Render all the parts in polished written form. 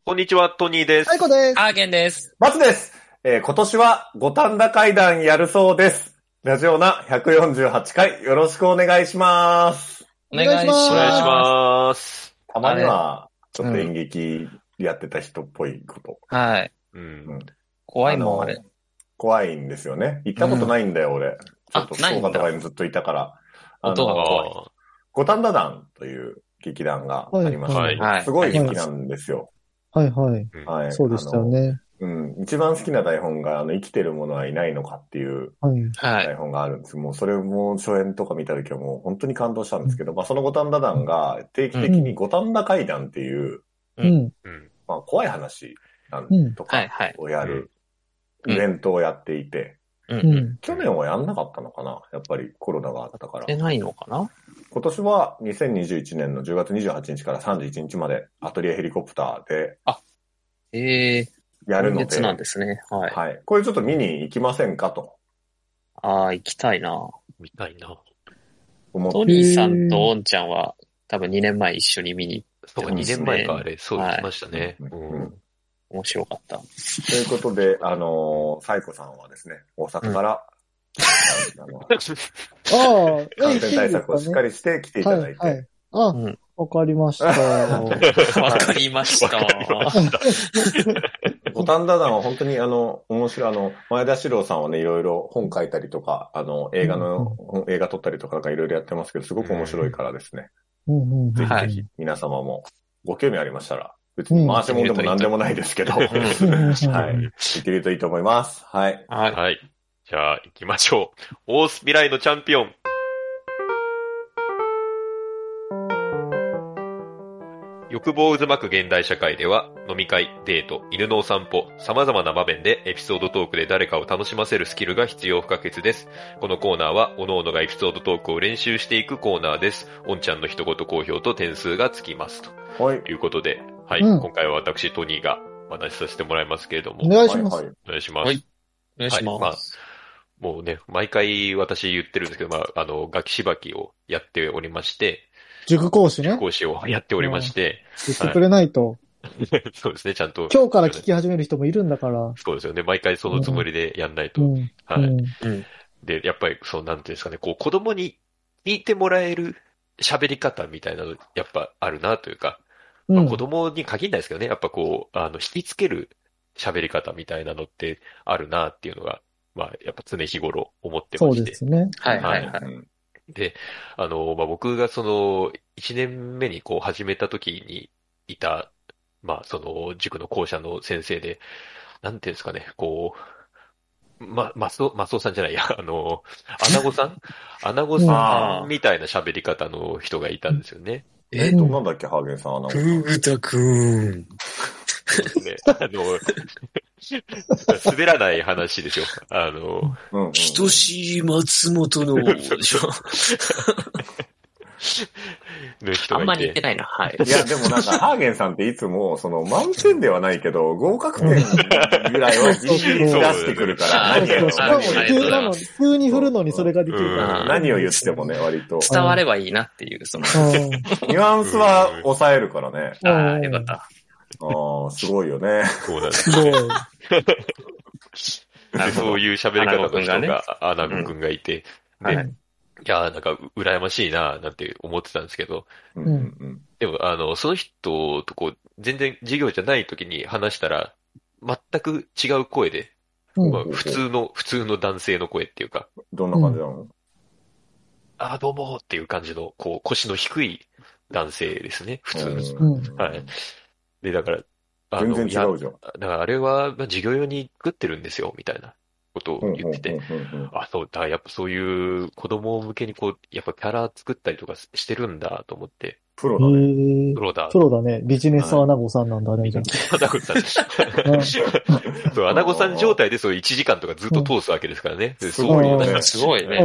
こんにちは、トニーです。 はいこです。 アーゲンです。 松です。今年は五反田会談やるそうです。ラジオナ148回よろしくお願いします。 お願いします。 お願いします。 たまには、ちょっと演劇やってた人っぽいこと。 はい。怖いもん、あれ。 怖いんですよね。行ったことないんだよ、俺。ちょっと福岡とかにずっといたから。 音が怖い。 五反田団という劇団がありまして、すごい好きなんですよ。 はいはい。はい。そうでしたよね。 一番好きな台本が、生きてる者はいないのかっていう台本があるんです。もうそれも初演とか見た時はもう本当に感動したんですけど、その五反田団が定期的に五反田会談っていう、怖い話とかをやるイベントをやっていて、去年はやんなかったのかな、やっぱりコロナがあったから。 やってないのかな。 今年は2021年の10月28日から31日までアトリエヘリコプターでやるので。 今月なんですね。はい。 はい。これちょっと見に行きませんかと。 行きたいな。 見たいな。 トニーさんとオンちゃんは多分2年前一緒に見に行ってそうか、2年前か、あれ、そう来ましたね。 面白かった。 ということで、サイコさんはですね、大阪から、感染対策をしっかりして来ていただいて。 わかりました。 わかりました。 五反田団は本当に面白い、前田史郎さんはね、いろいろ本書いたりとか、映画撮ったりとかいろいろやってますけど、すごく面白いからですね。ぜひぜひ皆様もご興味ありましたら、別に回し物でも何でもないですけど、はい。行ってみるといいと思います。はい。 はい。じゃあ行きましょう。オース未来のチャンピオン。欲望渦巻く現代社会では、飲み会、デート、犬のお散歩、様々な場面でエピソードトークで誰かを楽しませるスキルが必要不可欠です。このコーナーは、各々がエピソードトークを練習していくコーナーです。おんちゃんの一言好評と点数がつきます。ということで、はい。今回は私、トニーがお話しさせてもらいますけれども。 お願いします。 お願いします。 はい。お願いします。 もうね、毎回私言ってるんですけど、楽器しばきをやっておりまして、 塾講師ね。 塾講師をやっておりまして。 言ってくれないと。 そうですね、ちゃんと。 今日から聞き始める人もいるんだから。 そうですよね、毎回そのつもりでやんないと。はい。で、やっぱり、なんていうんですかね、子供に聞いてもらえる喋り方みたいなの、やっぱあるなというか、子供に限らないですけどね、やっぱ引きつける喋り方みたいなのってあるなっていうのが、やっぱ常日頃思ってまして。 そうですね。 はい。 で、僕が1年目に始めた時にいた、塾の校舎の先生で、なんていうんですかね、マスオさんじゃないや、アナゴさんみたいな喋り方の人がいたんですよね。 なんだっけ、ハーゲンさん、アナゴさん。 ふぐたくーん。 滑らない話ですよ。 等しい松本の、あんまり言ってないな。はい。 いや、でもなんか、ハーゲンさんっていつも、満点ではないけど、合格点ぐらいはギリギリ出してくるから、 普通に振るのにそれができるから。 何を言ってもね、割と。 伝わればいいなっていう、 ニュアンスは抑えるからね。 よかった。 すごいよね。 そうなんです。そういう喋り方の人が、アナゴくんがいて、で、いや、なんか、羨ましいな、なんて思ってたんですけど、でも、その人と全然授業じゃない時に話したら、全く違う声で、普通の男性の声っていうか。 どんな感じなの？ どうもっていう感じの、腰の低い男性ですね、普通の。はい。で、だから、 全然違うじゃん。 だからあれは、授業用に作ってるんですよ、みたいなことを言ってて。そうだ、やっぱそういう子供向けにやっぱキャラ作ったりとかしてるんだと思って。 プロだね。 プロだね。ビジネスアナゴさんなんだね。 ビジネスアナゴさん。そう、アナゴさん状態で1時間とかずっと通すわけですからね。 すごいね。すごいね。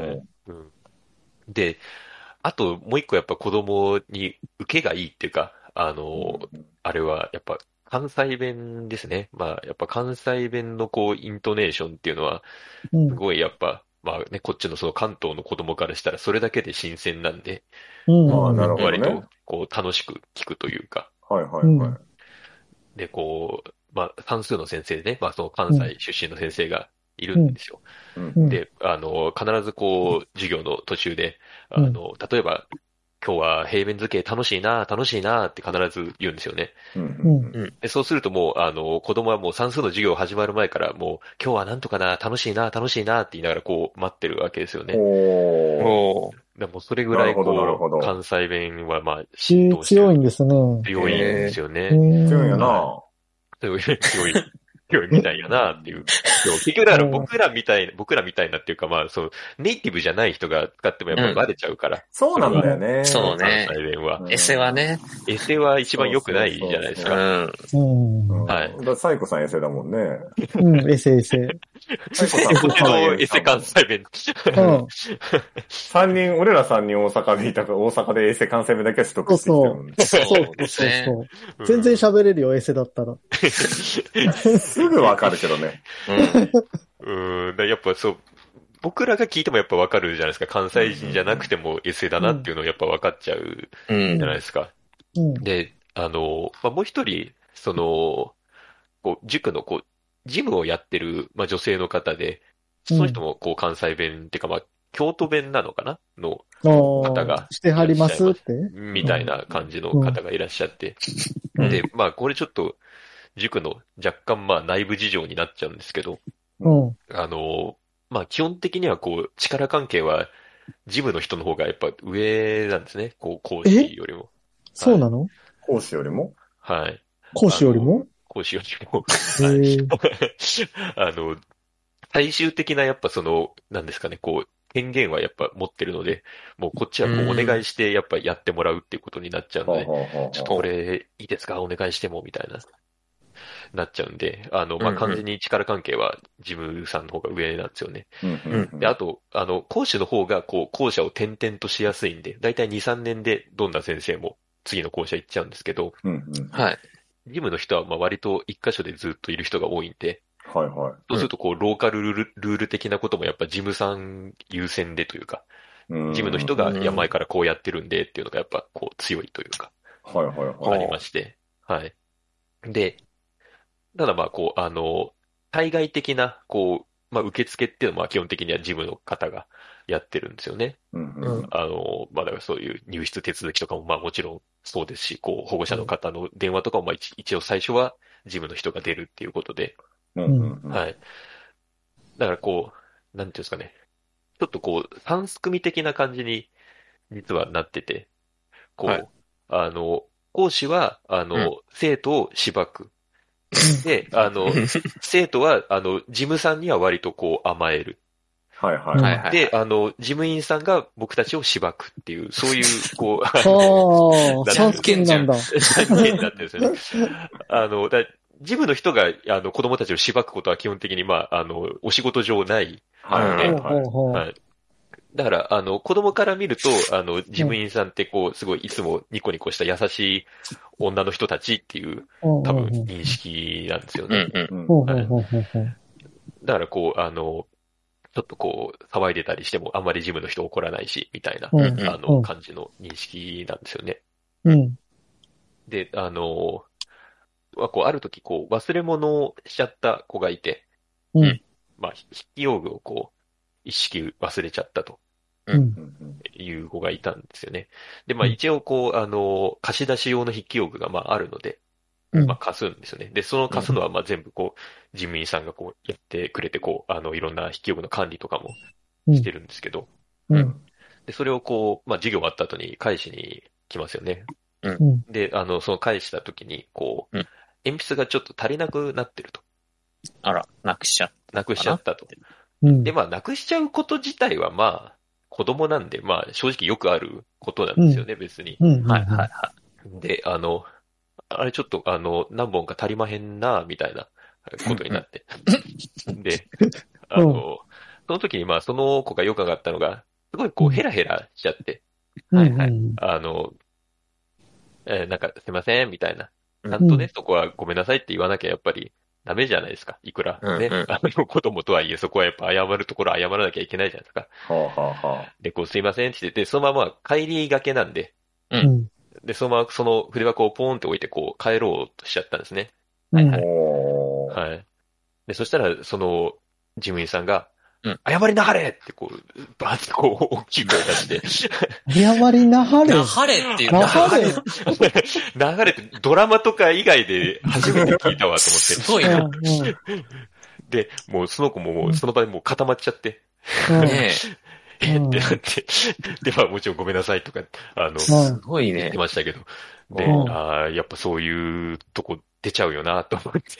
で、あともう一個やっぱ子供に受けがいいっていうか、あれはやっぱ関西弁ですね。やっぱ関西弁のイントネーションっていうのは、すごいやっぱ、こっちの関東の子供からしたらそれだけで新鮮なんで、割と楽しく聞くというか。 で、こう、まあ、算数の先生でね、まあ、その関西出身の先生がいるんですよ。で、必ずこう、授業の途中で、例えば、今日は平面図形楽しいなって必ず言うんですよね。で、そうするともう、子供はもう算数の授業始まる前から、もう、今日はなんとかな、楽しいなって言いながらこう、待ってるわけですよね。でもそれぐらいこう、関西弁はまあ、浸透してる。 強いんですね。 強いんですよね。 強いよな。 強いみたいやなっていう。結局だから僕らみたいなっていうかまあ、その、ネイティブじゃない人が使ってもやっぱりバレちゃうから。 そうなんだよね。 そうね。 関西弁は。 エセはね。 エセは一番良くないじゃないですか。 はい。だサイコさんエセだもんね。 エセ。 サイコさんこっちのエセ関西弁。 俺ら3人大阪でいたから、大阪でエセ関西弁だけは取得してきてるもんね。 そうですね。 全然喋れるよ、エセだったら。 すぐわかるけどね。 やっぱそう、僕らが聞いてもやっぱわかるじゃないですか。関西人じゃなくてもエセだなっていうのをやっぱわかっちゃうじゃないですか。で、まあ、もう一人、こう、塾のこう、ジムをやってる、まあ、女性の方で、その人もこう関西弁っていうかまあ、京都弁なのかなの方が。 してはりますって。 みたいな感じの方がいらっしゃって。で、まあ、これちょっと、塾の若干まあ内部事情になっちゃうんですけど、まあ基本的にはこう力関係は事務の人の方がやっぱ上なんですね。こう講師よりも。 そうなの？ 講師よりも？ はい。 講師よりも？ 講師よりも。最終的なやっぱなんですかね、こう、権限はやっぱ持ってるので、もうこっちはこうお願いしてやっぱやってもらうっていうことになっちゃうので、ちょっとこれいいですかお願いしてもみたいな。なっちゃうんで、まあ、完全に力関係は事務さんの方が上なんですよね。で、あと、講師の方が、こう、校舎を転々としやすいんで、だいたい2、3年でどんな先生も次の校舎行っちゃうんですけど、 はい。 事務の人は、まあ、割と一箇所でずっといる人が多いんで、 はいはい。 そうすると、こう、ローカルルール的なこともやっぱ事務さん優先でというか、事務の人が、いや、前からこうやってるんでっていうのがやっぱ、こう、強いというか、ありまして、はい。で、ただまあ、こう、対外的な、こう、まあ、受付っていうのは基本的には事務の方がやってるんですよね。まあ、だからそういう入室手続きとかもまあもちろんそうですし、こう、保護者の方の電話とかもまあ一応最初は事務の人が出るっていうことで、はい。だからこう、なんていうんですかね。ちょっとこう、三すくみ的な感じに実はなってて、こう、講師は、生徒を縛く。で、生徒は、事務さんには割とこう甘える。で、事務員さんが僕たちを縛くっていう、そういう、こう、 三つ権なんだ。 三権なんですよね。事務の人が、子供たちを縛くことは基本的に、まあ、お仕事上ないので、はい。だから、子供から見ると、事務員さんってこう、すごいいつもニコニコした優しい女の人たちっていう、多分認識なんですよね。だからこう、ちょっとこう、騒いでたりしてもあんまり事務の人怒らないし、みたいな、感じの認識なんですよね。で、こう、ある時こう、忘れ物をしちゃった子がいて、まあ、筆記用具をこう、一式忘れちゃったと。いう子がいたんですよね。で、まあ一応こう、貸し出し用の筆記用具がまああるので、まあ貸すんですよね。で、その貸すのはまあ全部こう、事務員さんがこうやってくれて、こう、いろんな筆記用具の管理とかもしてるんですけど、で、それをこう、まあ授業終わった後に返しに来ますよね。で、その返した時に、こう、鉛筆がちょっと足りなくなってると。 あら、なくしちゃったと。で、まあ、なくしちゃうこと自体は、まあ、子供なんで、まあ、正直よくあることなんですよね、別に。で、あれちょっと、何本か足りまへんな、みたいなことになって。で、その時に、まあ、その子がよくわかったのが、すごいこう、ヘラヘラしちゃって。なんか、すいません、みたいな。ちゃんとね、そこはごめんなさいって言わなきゃやっぱりダメじゃないですか。いくらね、子供とはいえそこはやっぱ謝るところは謝らなきゃいけないじゃないですか。で、こうすいませんって言って、そのまま帰りがけなんで、で、そのままその筆箱をポーンって置いてこう帰ろうとしちゃったんですね。 はいはい。 はい。で、そしたら、その、事務員さんが、 謝りなはれってこう、バーってこう、大きい声出して。 謝りなはれ。 なはれっていうなはれ。 流れってドラマとか以外で初めて聞いたわと思って。 すごいな。 で、もうその子ももうその場でもう固まっちゃって。 ねえってなって。で、まあもちろんごめんなさいとか、 すごいね。 言ってましたけど。で、やっぱそういうとこ出ちゃうよなと思って。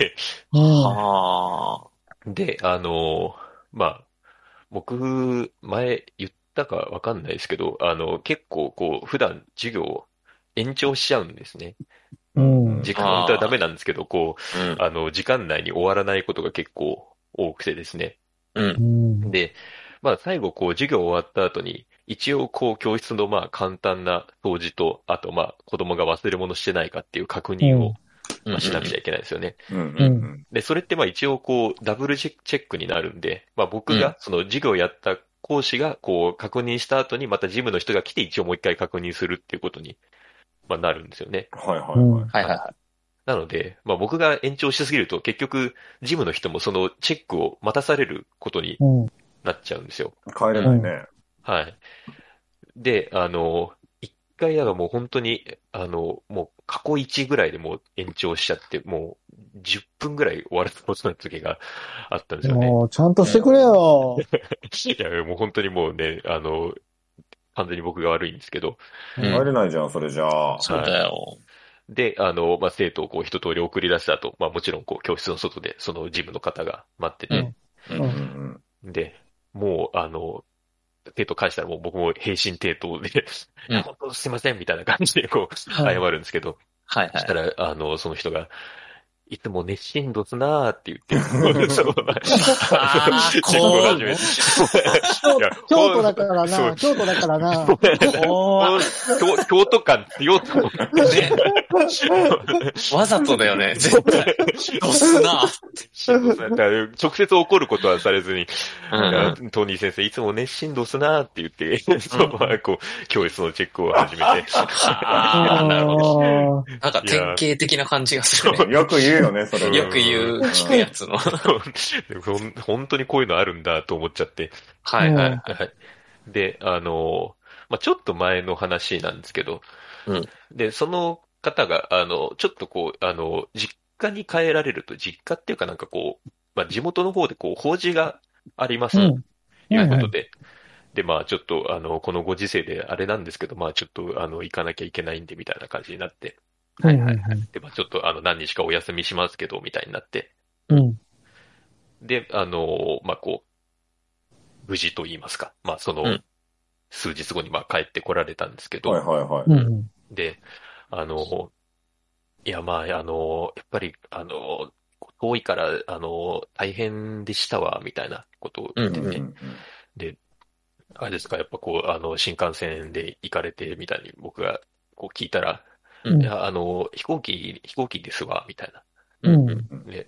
で、まあ、僕、前言ったかわかんないですけど、結構こう、普段授業を延長しちゃうんですね。時間、本当はダメなんですけど、こう、時間内に終わらないことが結構多くてですね。で、まあ最後こう授業終わった後に、一応こう教室のまあ簡単な掃除と、あとまあ子供が忘れ物してないかっていう確認を、しなくちゃいけないですよね。で、それってまあ一応こうダブルチェックになるんで、まあ僕がその授業やった講師がこう確認した後にまた事務の人が来て一応もう一回確認するっていうことに、まあ、なるんですよね。なので、まあ僕が延長しすぎると結局事務の人もそのチェックを待たされることになっちゃうんですよ。 帰れないね。 はい。で、一回だからもう本当に、もう過去1ぐらいでもう延長しちゃって、もう10分ぐらい終わらせことの時があったんですよね。 もう、ちゃんとしてくれよ。 いや、もう本当にもうね、完全に僕が悪いんですけど。 帰れないじゃん、それじゃあ。 そうだよ。 で、まあ、生徒をこう一通り送り出した後、まあもちろんこう教室の外でその事務の方が待ってて。で、もう生徒返したらもう僕も平身低頭で、本当すいませんみたいな感じでこう謝るんですけど。そしたら、その人が、いつも熱心度すなーって言って、そう、チェックを始めて。 京都だからな、京都だからな。 京都感強いと思ってね。 わざとだよね、絶対。どすな直接怒ることはされずに、トニー先生、いつも熱心度すなーって言って、こう、教室のチェックを始めて。 なるほど。なんか典型的な感じがするね。 よく言うよね、それ。 よく言う、聞くやつの。 本当にこういうのあるんだと思っちゃって。で、まあ、ちょっと前の話なんですけど、で、その方が、ちょっとこう、実家に帰られると、実家っていうかなんかこう、まあ、地元の方でこう、法事がありますということで、で、まあ、ちょっと、このご時世であれなんですけど、まあ、ちょっと、行かなきゃいけないんで、みたいな感じになって、で、まあ、ちょっと、何日かお休みしますけど、みたいになって、で、まあ、こう、無事と言いますか、まあ、その、数日後に、まあ、帰ってこられたんですけど、で、いや、まあ、やっぱり、遠いから、大変でしたわ、みたいなことを言ってて、で、あれですか、やっぱこう、新幹線で行かれて、みたいに僕がこう聞いたら、いや、飛行機ですわ、みたいな。で、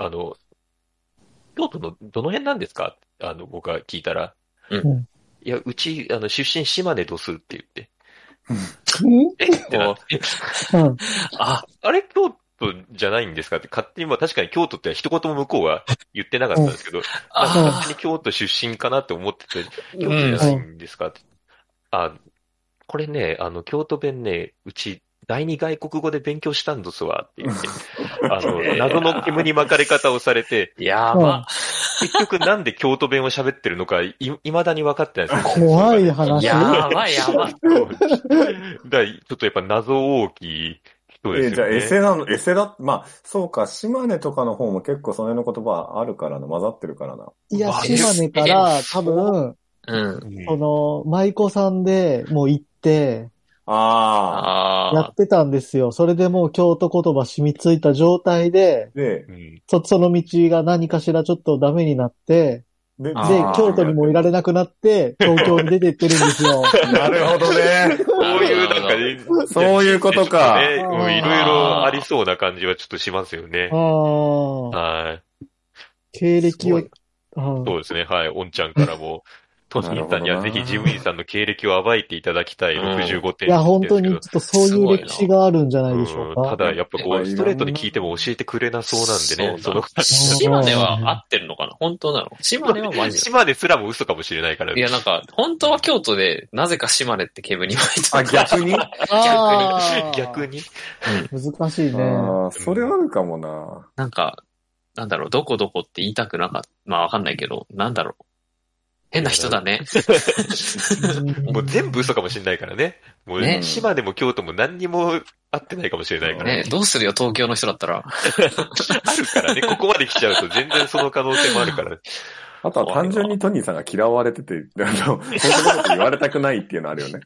京都のどの辺なんですか僕が聞いたら、いや、うち、出身島根どすって言って、ってなって、あれ京都じゃないんですかって勝手に、まあ確かに京都って一言も向こうは言ってなかったんですけど、勝手に京都出身かなって思ってて、京都じゃないんですかって。これね、京都弁ね、うち、第二外国語で勉強したんですわって言って、謎の煙に巻かれ方をされて、 やば。 結局なんで京都弁を喋ってるのか、未だに分かってないですよ。怖い話。 やばい。 ちょっとやっぱ謎大きい人ですよね。 じゃあエセだ、まあ、そうか、島根とかの方も結構その辺の言葉あるからな、混ざってるからな。 いや、島根から多分、その、舞妓さんでもう行って、やってたんですよ。それでもう京都言葉染みついた状態で、その道が何かしらちょっとダメになって、で、京都にもいられなくなって、東京に出てってるんですよ。 なるほどね。 そういうなんかね、 そういうことか。 いろいろありそうな感じはちょっとしますよね。はい。 経歴を、 そうですね、はい。おんちゃんからも、 トニーさんにはぜひ事務員さんの経歴を暴いていただきたい65点。 いや、本当にちょっとそういう歴史があるんじゃないでしょうか。 ただ、やっぱこう、ストレートに聞いても教えてくれなそうなんでね。 島根は合ってるのかな？本当なの？島根はマジで。 島根すらも嘘かもしれないから。 いや、なんか、本当は京都で、なぜか島根ってケブに巻いてあ、逆に逆に難しいね。 それはあるかもな。 なんか、なんだろう、どこどこって言いたくなかった。まあわかんないけど、なんだろう。変な人だね。 もう全部嘘かもしれないからね。もう島でも京都も何にも合ってないかもしれないから。 ね、どうするよ、東京の人だったら。 あるからね、ここまで来ちゃうと全然その可能性もあるから。 あとは単純にトニーさんが嫌われてて、本当のこと言われたくないっていうのあるよね。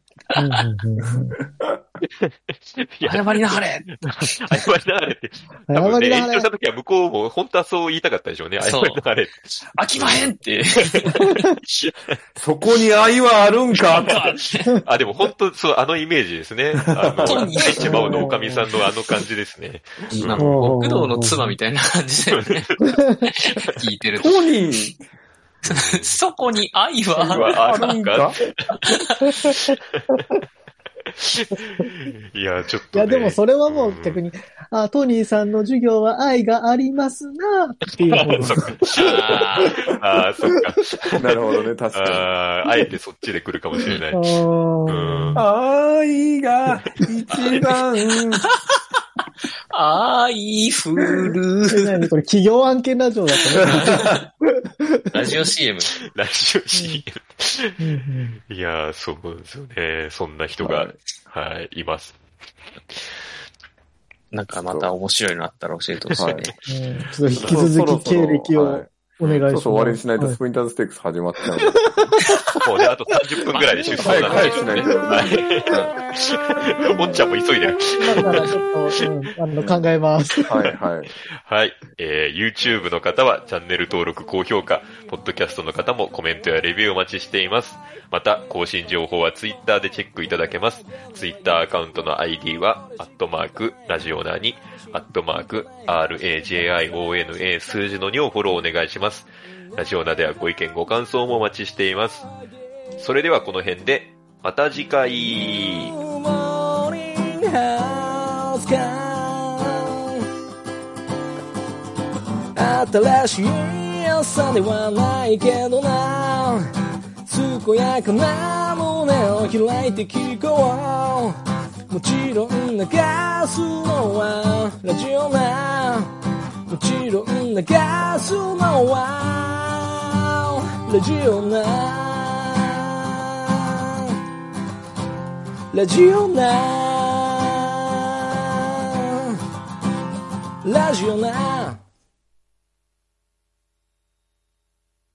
謝りなはれ謝りなはれって。多分ね、延長した時は向こうも本当はそう言いたかったでしょうね。謝りなはれ。 飽きまへんって。 そこに愛はあるんかあ、でも本当そう、あのイメージですね。一番のおかみさんのあの感じですね。 なんか、極道の妻みたいな感じだよね。聞いてると。 トニーそこに愛はあるんかいや、ちょっと、 いや、でもそれはもう逆に、トニーさんの授業は愛がありますなっていう方そっか。そっか。 なるほどね、確かに。 あえてそっちで来るかもしれない。 愛が一番。 愛降る。 何これ企業案件ラジオだったね。 ラジオ CM。 ラジオ CM。いやー、そうですよね。そんな人が、はい、います。 なんかまた面白いのあったら教えてほしいね。 ちょっと引き続き経歴をお願いします。 そう終わりにしないとスプリンターズステークス始まっちゃう。 もうね、あと30分くらいで出走なんで。 早くしないと。 おんちゃんも急いでる。 だからちょっと、考えます。 はいはい。 はい。YouTube の方はチャンネル登録、高評価、ポッドキャストの方もコメントやレビューお待ちしています。また、更新情報は Twitter でチェックいただけます。Twitter アカウントの ID は、ラジオナーに、RAJIONA 数字の2をフォローお願いします。ラジオナではご意見ご感想もお待ちしています。それではこの辺で、また次回。 新しい朝ではないけどな、健やかな胸を開いて聞こう。もちろん流すのはラジオな、もちろん流すのはラジオな、ラジオな、ラジオな。